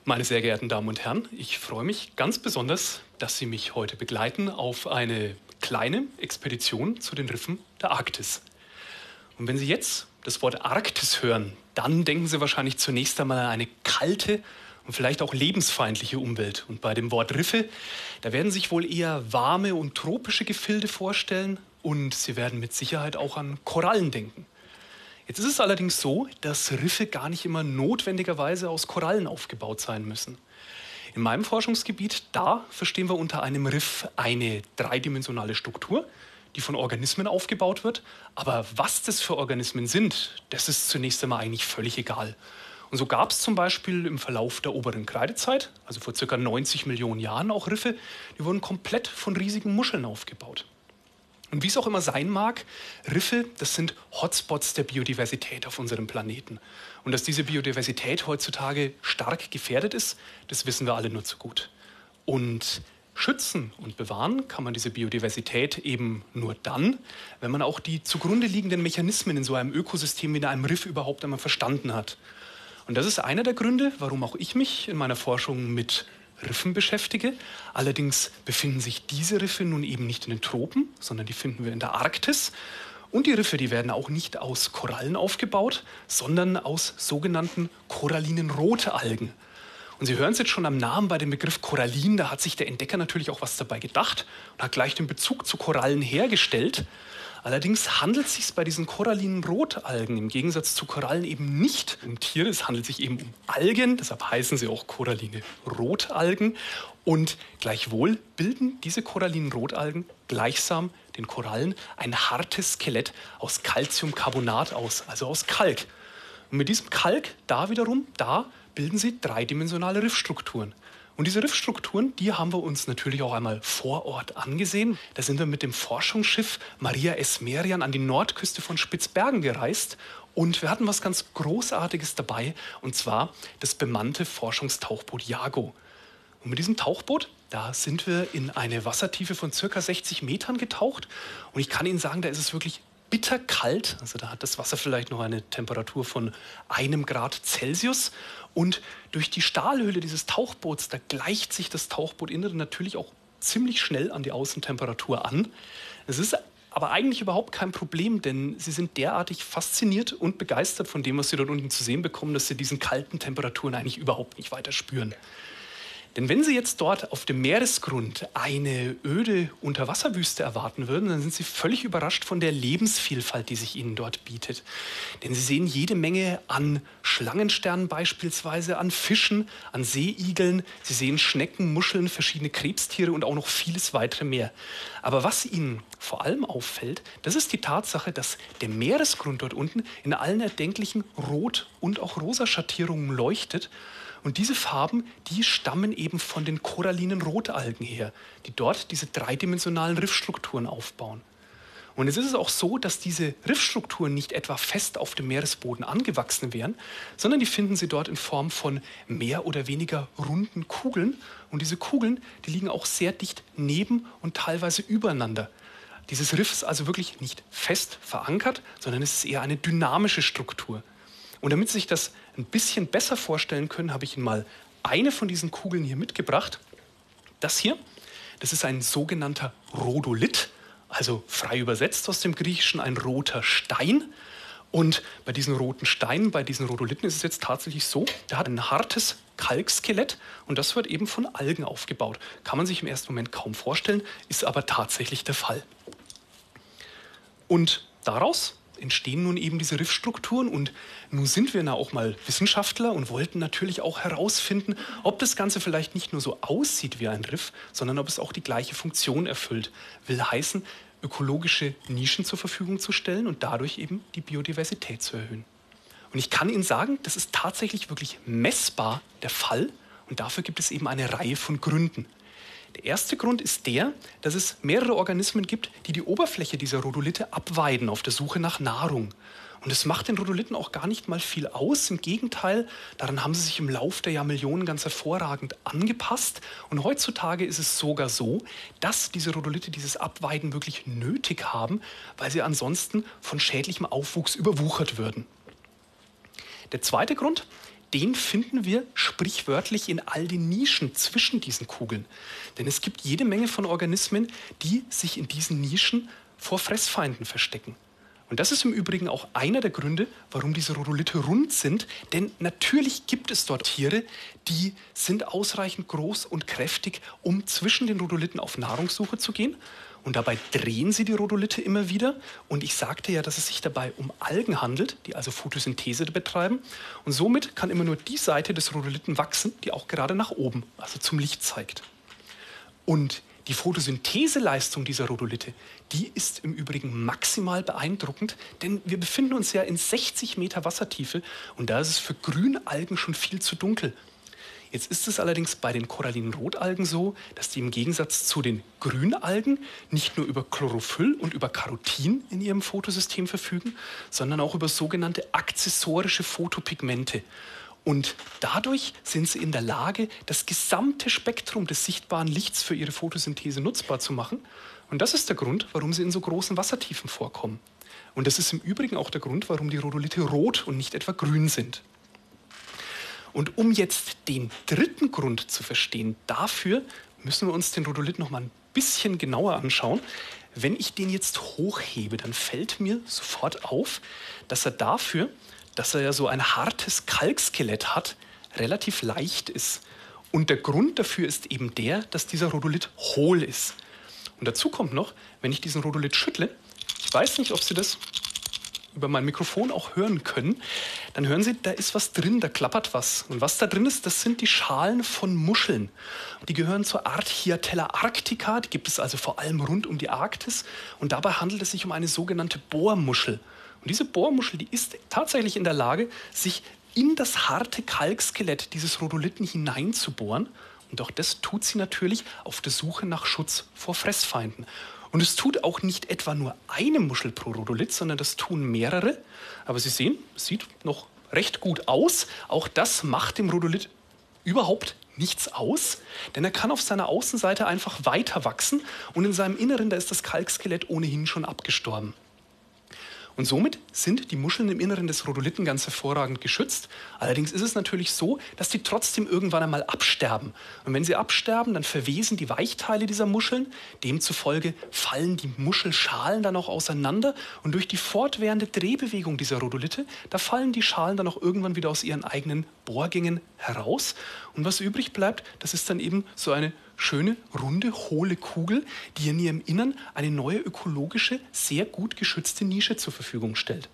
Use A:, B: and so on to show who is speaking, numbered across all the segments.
A: Meine sehr geehrten Damen und Herren, ich freue mich ganz besonders, dass Sie mich heute begleiten auf eine kleine Expedition zu den Riffen der Arktis. Und wenn Sie jetzt das Wort Arktis hören, dann denken Sie wahrscheinlich zunächst einmal an eine kalte und vielleicht auch lebensfeindliche Umwelt. Und bei dem Wort Riffe, da werden Sie sich wohl eher warme und tropische Gefilde vorstellen und Sie werden mit Sicherheit auch an Korallen denken. Jetzt ist es allerdings so, dass Riffe gar nicht immer notwendigerweise aus Korallen aufgebaut sein müssen. In meinem Forschungsgebiet, da verstehen wir unter einem Riff eine dreidimensionale Struktur, die von Organismen aufgebaut wird. Aber was das für Organismen sind, das ist zunächst einmal eigentlich völlig egal. Und so gab es zum Beispiel im Verlauf der oberen Kreidezeit, also vor ca. 90 Millionen Jahren, auch Riffe, die wurden komplett von riesigen Muscheln aufgebaut. Und wie es auch immer sein mag, Riffe, das sind Hotspots der Biodiversität auf unserem Planeten. Und dass diese Biodiversität heutzutage stark gefährdet ist, das wissen wir alle nur zu gut. Und schützen und bewahren kann man diese Biodiversität eben nur dann, wenn man auch die zugrunde liegenden Mechanismen in so einem Ökosystem wie in einem Riff überhaupt einmal verstanden hat. Und das ist einer der Gründe, warum auch ich mich in meiner Forschung mit Riffen beschäftige. Allerdings befinden sich diese Riffe nun eben nicht in den Tropen, sondern die finden wir in der Arktis. Und die Riffe, die werden auch nicht aus Korallen aufgebaut, sondern aus sogenannten korallinen Rotalgen. Und Sie hören es jetzt schon am Namen bei dem Begriff Korallin, da hat sich der Entdecker natürlich auch was dabei gedacht und hat gleich den Bezug zu Korallen hergestellt. Allerdings handelt es sich bei diesen korallinen Rotalgen im Gegensatz zu Korallen eben nicht um Tiere, es handelt sich eben um Algen, deshalb heißen sie auch koralline Rotalgen. Und gleichwohl bilden diese korallinen Rotalgen gleichsam den Korallen ein hartes Skelett aus Calciumcarbonat aus, also aus Kalk. Und mit diesem Kalk, da bilden sie dreidimensionale Riffstrukturen. Und diese Riffstrukturen, die haben wir uns natürlich auch einmal vor Ort angesehen. Da sind wir mit dem Forschungsschiff Maria S. Merian an die Nordküste von Spitzbergen gereist. Und wir hatten was ganz Großartiges dabei, und zwar das bemannte Forschungstauchboot Yago. Und mit diesem Tauchboot, da sind wir in eine Wassertiefe von ca. 60 Metern getaucht. Und ich kann Ihnen sagen, da ist es wirklich bitterkalt. Also da hat das Wasser vielleicht noch eine Temperatur von 1 Grad Celsius. Und durch die Stahlhülle dieses Tauchboots, da gleicht sich das Tauchboot-Innere natürlich auch ziemlich schnell an die Außentemperatur an. Es ist aber eigentlich überhaupt kein Problem, denn Sie sind derartig fasziniert und begeistert von dem, was Sie dort unten zu sehen bekommen, dass Sie diesen kalten Temperaturen eigentlich überhaupt nicht weiter spüren. Denn wenn Sie jetzt dort auf dem Meeresgrund eine öde Unterwasserwüste erwarten würden, dann sind Sie völlig überrascht von der Lebensvielfalt, die sich Ihnen dort bietet. Denn Sie sehen jede Menge an Schlangensternen beispielsweise, an Fischen, an Seeigeln. Sie sehen Schnecken, Muscheln, verschiedene Krebstiere und auch noch vieles weitere mehr. Aber was Ihnen vor allem auffällt, das ist die Tatsache, dass der Meeresgrund dort unten in allen erdenklichen Rot- und auch Rosa-Schattierungen leuchtet. Und diese Farben, die stammen eben von den korallinen Rotalgen her, die dort diese dreidimensionalen Riffstrukturen aufbauen. Und jetzt ist es auch so, dass diese Riffstrukturen nicht etwa fest auf dem Meeresboden angewachsen wären, sondern die finden Sie dort in Form von mehr oder weniger runden Kugeln. Und diese Kugeln, die liegen auch sehr dicht neben und teilweise übereinander. Dieses Riff ist also wirklich nicht fest verankert, sondern es ist eher eine dynamische Struktur. Und damit Sie sich das ein bisschen besser vorstellen können, habe ich Ihnen mal eine von diesen Kugeln hier mitgebracht. Das hier, das ist ein sogenannter Rhodolith, also frei übersetzt aus dem Griechischen ein roter Stein. Und bei diesen roten Steinen, bei diesen Rhodolithen ist es jetzt tatsächlich so, der hat ein hartes Kalkskelett und das wird eben von Algen aufgebaut. Kann man sich im ersten Moment kaum vorstellen, ist aber tatsächlich der Fall. Und daraus entstehen nun eben diese Riffstrukturen und nun sind wir auch mal Wissenschaftler und wollten natürlich auch herausfinden, ob das Ganze vielleicht nicht nur so aussieht wie ein Riff, sondern ob es auch die gleiche Funktion erfüllt. Will heißen, ökologische Nischen zur Verfügung zu stellen und dadurch eben die Biodiversität zu erhöhen. Und ich kann Ihnen sagen, das ist tatsächlich wirklich messbar der Fall und dafür gibt es eben eine Reihe von Gründen. Der erste Grund ist der, dass es mehrere Organismen gibt, die die Oberfläche dieser Rhodolithe abweiden auf der Suche nach Nahrung. Und es macht den Rhodolithen auch gar nicht mal viel aus. Im Gegenteil, daran haben sie sich im Laufe der Jahrmillionen ganz hervorragend angepasst. Und heutzutage ist es sogar so, dass diese Rhodolithe dieses Abweiden wirklich nötig haben, weil sie ansonsten von schädlichem Aufwuchs überwuchert würden. Der zweite Grund, den finden wir sprichwörtlich in all den Nischen zwischen diesen Kugeln. Denn es gibt jede Menge von Organismen, die sich in diesen Nischen vor Fressfeinden verstecken. Und das ist im Übrigen auch einer der Gründe, warum diese Rhodolithe rund sind. Denn natürlich gibt es dort Tiere, die sind ausreichend groß und kräftig, um zwischen den Rhodolithen auf Nahrungssuche zu gehen. Und dabei drehen sie die Rhodolithe immer wieder. Und ich sagte ja, dass es sich dabei um Algen handelt, die also Photosynthese betreiben. Und somit kann immer nur die Seite des Rhodolithen wachsen, die auch gerade nach oben, also zum Licht zeigt. Und die Photosyntheseleistung dieser Rhodolithe, die ist im Übrigen maximal beeindruckend, denn wir befinden uns ja in 60 Meter Wassertiefe und da ist es für Grünalgen schon viel zu dunkel. Jetzt ist es allerdings bei den Korallinenrotalgen so, dass die im Gegensatz zu den Grünalgen nicht nur über Chlorophyll und über Carotin in ihrem Photosystem verfügen, sondern auch über sogenannte akzessorische Photopigmente. Und dadurch sind sie in der Lage, das gesamte Spektrum des sichtbaren Lichts für ihre Photosynthese nutzbar zu machen. Und das ist der Grund, warum sie in so großen Wassertiefen vorkommen. Und das ist im Übrigen auch der Grund, warum die Rhodolithe rot und nicht etwa grün sind. Und um jetzt den dritten Grund zu verstehen, dafür müssen wir uns den Rhodolith noch mal ein bisschen genauer anschauen. Wenn ich den jetzt hochhebe, dann fällt mir sofort auf, dass er dafür, dass er ja so ein hartes Kalkskelett hat, relativ leicht ist. Und der Grund dafür ist eben der, dass dieser Rhodolith hohl ist. Und dazu kommt noch, wenn ich diesen Rhodolith schüttle, ich weiß nicht, ob Sie das über mein Mikrofon auch hören können, dann hören Sie, da ist was drin, da klappert was. Und was da drin ist, das sind die Schalen von Muscheln. Die gehören zur Art Hyatella arctica, die gibt es also vor allem rund um die Arktis. Und dabei handelt es sich um eine sogenannte Bohrmuschel. Und diese Bohrmuschel, die ist tatsächlich in der Lage, sich in das harte Kalkskelett dieses Rhodolithen hineinzubohren. Und auch das tut sie natürlich auf der Suche nach Schutz vor Fressfeinden. Und es tut auch nicht etwa nur eine Muschel pro Rhodolith, sondern das tun mehrere. Aber Sie sehen, es sieht noch recht gut aus. Auch das macht dem Rhodolith überhaupt nichts aus, denn er kann auf seiner Außenseite einfach weiter wachsen und in seinem Inneren, da ist das Kalkskelett ohnehin schon abgestorben. Und somit sind die Muscheln im Inneren des Rhodolithen ganz hervorragend geschützt. Allerdings ist es natürlich so, dass die trotzdem irgendwann einmal absterben. Und wenn sie absterben, dann verwesen die Weichteile dieser Muscheln. Demzufolge fallen die Muschelschalen dann auch auseinander. Und durch die fortwährende Drehbewegung dieser Rhodolithe, da fallen die Schalen dann auch irgendwann wieder aus ihren eigenen Bohrgängen heraus. Und was übrig bleibt, das ist dann eben so eine schöne, runde, hohle Kugel, die in ihrem Innern eine neue ökologische, sehr gut geschützte Nische zur Verfügung stellt.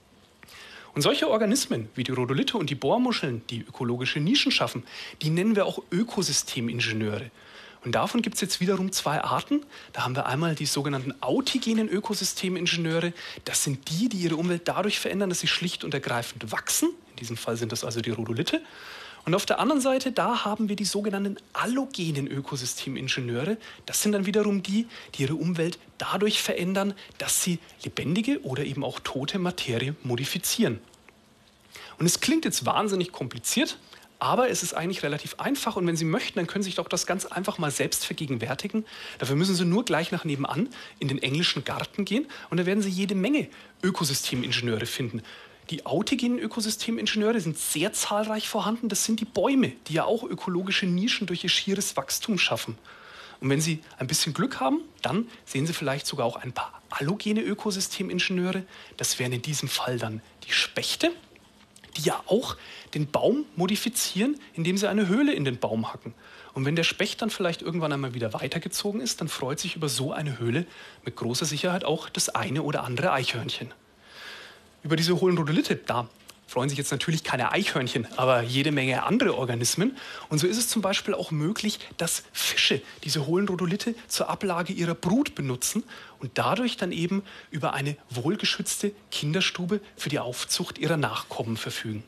A: Und solche Organismen wie die Rhodolithe und die Bohrmuscheln, die ökologische Nischen schaffen, die nennen wir auch Ökosystemingenieure. Und davon gibt es jetzt wiederum zwei Arten. Da haben wir einmal die sogenannten autigenen Ökosystemingenieure. Das sind die, die ihre Umwelt dadurch verändern, dass sie schlicht und ergreifend wachsen. In diesem Fall sind das also die Rhodolithe. Und auf der anderen Seite, da haben wir die sogenannten allogenen Ökosystemingenieure. Das sind dann wiederum die, die ihre Umwelt dadurch verändern, dass sie lebendige oder eben auch tote Materie modifizieren. Und es klingt jetzt wahnsinnig kompliziert, aber es ist eigentlich relativ einfach. Und wenn Sie möchten, dann können Sie sich doch das ganz einfach mal selbst vergegenwärtigen. Dafür müssen Sie nur gleich nach nebenan in den englischen Garten gehen und da werden Sie jede Menge Ökosystemingenieure finden. Die autigenen Ökosystemingenieure sind sehr zahlreich vorhanden. Das sind die Bäume, die ja auch ökologische Nischen durch ihr schieres Wachstum schaffen. Und wenn Sie ein bisschen Glück haben, dann sehen Sie vielleicht sogar auch ein paar allogene Ökosystemingenieure. Das wären in diesem Fall dann die Spechte, die ja auch den Baum modifizieren, indem sie eine Höhle in den Baum hacken. Und wenn der Specht dann vielleicht irgendwann einmal wieder weitergezogen ist, dann freut sich über so eine Höhle mit großer Sicherheit auch das eine oder andere Eichhörnchen. Über diese hohlen Rhodolithe, da freuen sich jetzt natürlich keine Eichhörnchen, aber jede Menge andere Organismen. Und so ist es zum Beispiel auch möglich, dass Fische diese hohlen Rhodolithe zur Ablage ihrer Brut benutzen und dadurch dann eben über eine wohlgeschützte Kinderstube für die Aufzucht ihrer Nachkommen verfügen.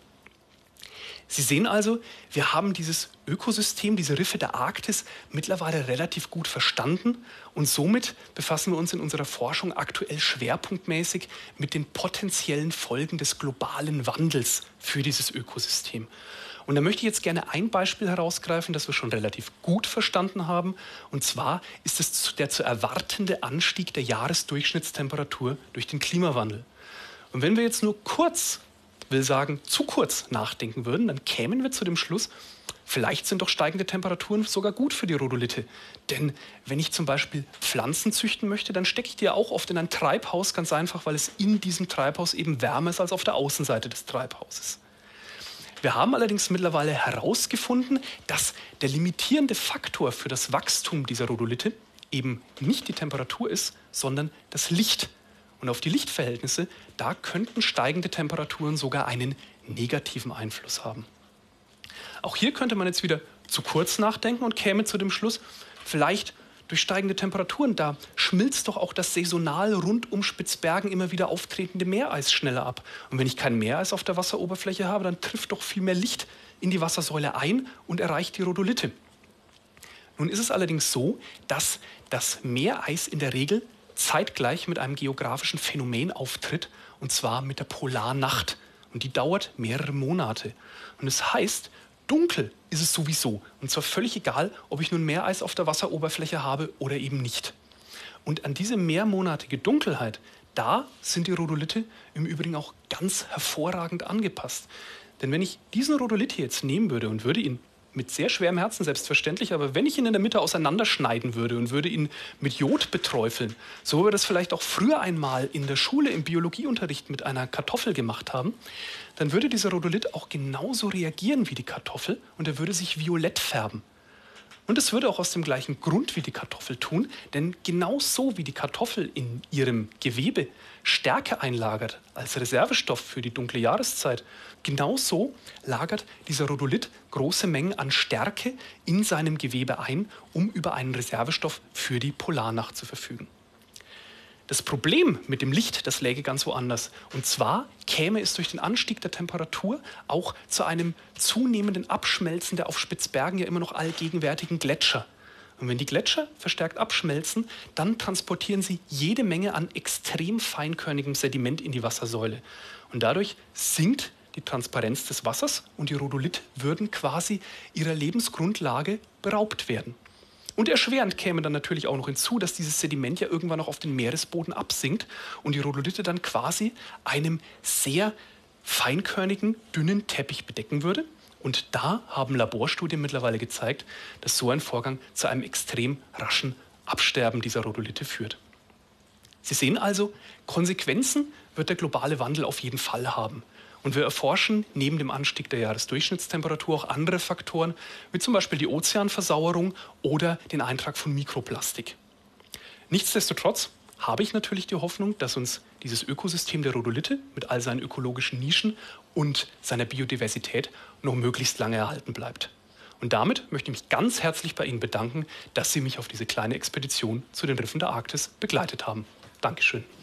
A: Sie sehen also, wir haben dieses Ökosystem, diese Riffe der Arktis mittlerweile relativ gut verstanden und somit befassen wir uns in unserer Forschung aktuell schwerpunktmäßig mit den potenziellen Folgen des globalen Wandels für dieses Ökosystem. Und da möchte ich jetzt gerne ein Beispiel herausgreifen, das wir schon relativ gut verstanden haben. Und zwar ist es der zu erwartende Anstieg der Jahresdurchschnittstemperatur durch den Klimawandel. Und wenn wir jetzt nur kurz will sagen, zu kurz nachdenken würden, dann kämen wir zu dem Schluss, vielleicht sind doch steigende Temperaturen sogar gut für die Rhodolithe. Denn wenn ich zum Beispiel Pflanzen züchten möchte, dann stecke ich die ja auch oft in ein Treibhaus, ganz einfach, weil es in diesem Treibhaus eben wärmer ist als auf der Außenseite des Treibhauses. Wir haben allerdings mittlerweile herausgefunden, dass der limitierende Faktor für das Wachstum dieser Rhodolithe eben nicht die Temperatur ist, sondern das Licht. Und auf die Lichtverhältnisse, da könnten steigende Temperaturen sogar einen negativen Einfluss haben. Auch hier könnte man jetzt wieder zu kurz nachdenken und käme zu dem Schluss, vielleicht durch steigende Temperaturen, da schmilzt doch auch das saisonal rund um Spitzbergen immer wieder auftretende Meereis schneller ab. Und wenn ich kein Meereis auf der Wasseroberfläche habe, dann trifft doch viel mehr Licht in die Wassersäule ein und erreicht die Rhodolithe. Nun ist es allerdings so, dass das Meereis in der Regel zeitgleich mit einem geografischen Phänomen auftritt, und zwar mit der Polarnacht. Und die dauert mehrere Monate. Und das heißt, dunkel ist es sowieso. Und zwar völlig egal, ob ich nun Meereis auf der Wasseroberfläche habe oder eben nicht. Und an diese mehrmonatige Dunkelheit, da sind die Rhodolithe im Übrigen auch ganz hervorragend angepasst. Denn wenn ich diesen Rhodolith jetzt nehmen würde und würde ihn mit sehr schwerem Herzen selbstverständlich, aber wenn ich ihn in der Mitte auseinanderschneiden würde und würde ihn mit Jod beträufeln, so wie wir das vielleicht auch früher einmal in der Schule im Biologieunterricht mit einer Kartoffel gemacht haben, dann würde dieser Rhodolith auch genauso reagieren wie die Kartoffel und er würde sich violett färben. Und das würde auch aus dem gleichen Grund wie die Kartoffel tun, denn genauso wie die Kartoffel in ihrem Gewebe Stärke einlagert als Reservestoff für die dunkle Jahreszeit, genauso lagert dieser Rhodolith große Mengen an Stärke in seinem Gewebe ein, um über einen Reservestoff für die Polarnacht zu verfügen. Das Problem mit dem Licht, das läge ganz woanders. Und zwar käme es durch den Anstieg der Temperatur auch zu einem zunehmenden Abschmelzen der auf Spitzbergen ja immer noch allgegenwärtigen Gletscher. Und wenn die Gletscher verstärkt abschmelzen, dann transportieren sie jede Menge an extrem feinkörnigem Sediment in die Wassersäule. Und dadurch sinkt die Transparenz des Wassers und die Rhodolith würden quasi ihrer Lebensgrundlage beraubt werden. Und erschwerend käme dann natürlich auch noch hinzu, dass dieses Sediment ja irgendwann noch auf den Meeresboden absinkt und die Rhodolithe dann quasi einem sehr feinkörnigen, dünnen Teppich bedecken würde. Und da haben Laborstudien mittlerweile gezeigt, dass so ein Vorgang zu einem extrem raschen Absterben dieser Rhodolithe führt. Sie sehen also, Konsequenzen wird der globale Wandel auf jeden Fall haben. Und wir erforschen neben dem Anstieg der Jahresdurchschnittstemperatur auch andere Faktoren, wie zum Beispiel die Ozeanversauerung oder den Eintrag von Mikroplastik. Nichtsdestotrotz habe ich natürlich die Hoffnung, dass uns dieses Ökosystem der Rhodolithe mit all seinen ökologischen Nischen und seiner Biodiversität noch möglichst lange erhalten bleibt. Und damit möchte ich mich ganz herzlich bei Ihnen bedanken, dass Sie mich auf diese kleine Expedition zu den Riffen der Arktis begleitet haben. Dankeschön.